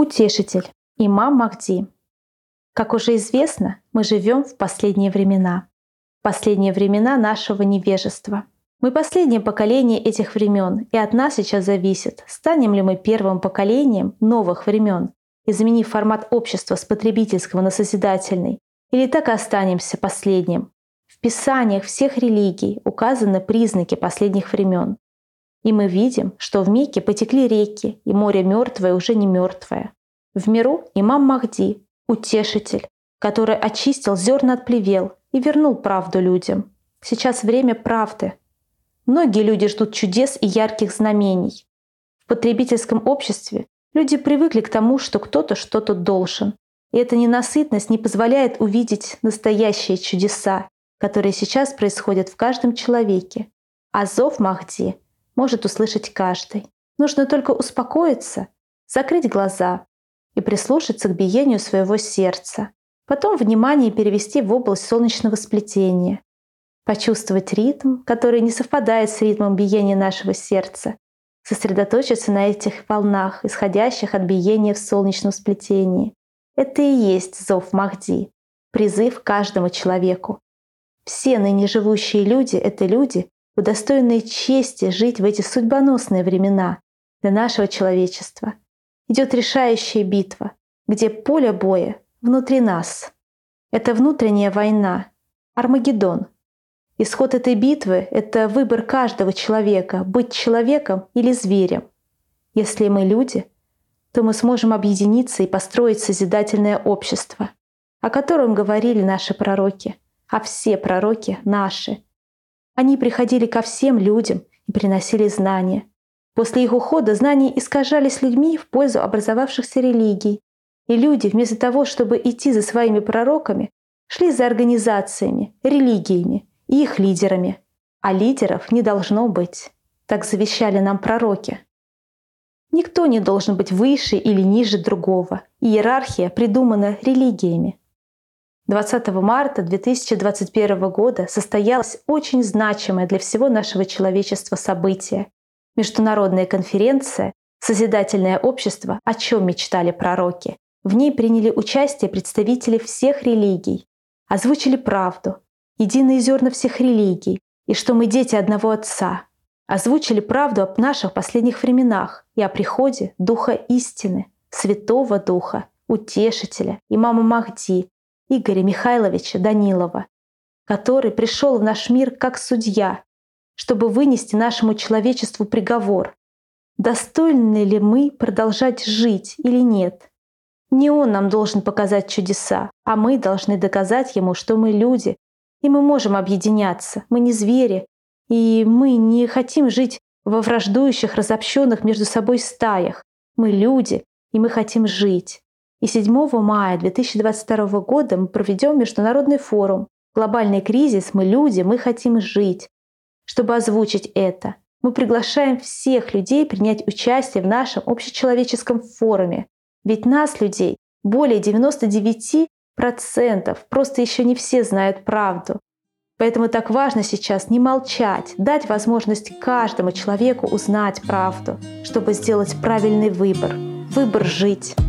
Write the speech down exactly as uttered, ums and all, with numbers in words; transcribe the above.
Утешитель. Имам Махди. Как уже известно, мы живем в последние времена. Последние времена нашего невежества. Мы последнее поколение этих времен, и от нас сейчас зависит, станем ли мы первым поколением новых времен, изменив формат общества с потребительского на созидательный, или так и останемся последним. В писаниях всех религий указаны признаки последних времен. И мы видим, что в Мекке потекли реки, и море мертвое уже не мертвое. В миру имам Махди, утешитель, который очистил зерна от плевел и вернул правду людям. Сейчас время правды. Многие люди ждут чудес и ярких знамений. В потребительском обществе люди привыкли к тому, что кто-то что-то должен. И эта ненасытность не позволяет увидеть настоящие чудеса, которые сейчас происходят в каждом человеке. А зов Махди может услышать каждый. Нужно только успокоиться, закрыть глаза и прислушаться к биению своего сердца. Потом внимание перевести в область солнечного сплетения. Почувствовать ритм, который не совпадает с ритмом биения нашего сердца. Сосредоточиться на этих волнах, исходящих от биения в солнечном сплетении. Это и есть зов Махди, призыв каждому человеку. Все ныне живущие люди — это люди, удостоенные чести жить в эти судьбоносные времена для нашего человечества. Идет решающая битва, где поле боя внутри нас. Это внутренняя война, Армагеддон. Исход этой битвы — это выбор каждого человека, быть человеком или зверем. Если мы люди, то мы сможем объединиться и построить созидательное общество, о котором говорили наши пророки, а все пророки наши. Они приходили ко всем людям и приносили знания. После их ухода знания искажались людьми в пользу образовавшихся религий. И люди, вместо того, чтобы идти за своими пророками, шли за организациями, религиями и их лидерами. А лидеров не должно быть. Так завещали нам пророки. Никто не должен быть выше или ниже другого. Иерархия придумана религиями. двадцатого марта две тысячи двадцать первого года состоялось очень значимое для всего нашего человечества событие. Международная конференция «Созидательное общество. О чем мечтали пророки». В ней приняли участие представители всех религий, озвучили правду, единые зерна всех религий, и что мы дети одного Отца. Озвучили правду об наших последних временах и о приходе Духа истины, Святого Духа, Утешителя, имама Махди, Игоря Михайловича Данилова, который пришел в наш мир как судья, чтобы вынести нашему человечеству приговор. Достойны ли мы продолжать жить или нет? Не он нам должен показать чудеса, а мы должны доказать ему, что мы люди, и мы можем объединяться, мы не звери, и мы не хотим жить во враждующих, разобщенных между собой стаях. Мы люди, и мы хотим жить. И седьмого мая две тысячи двадцать второго года мы проведем международный форум «Глобальный кризис. Мы люди, мы хотим жить». Чтобы озвучить это, мы приглашаем всех людей принять участие в нашем общечеловеческом форуме. Ведь нас, людей, более девяносто девять процентов, просто еще не все знают правду. Поэтому так важно сейчас не молчать, дать возможность каждому человеку узнать правду, чтобы сделать правильный выбор. Выбор жить.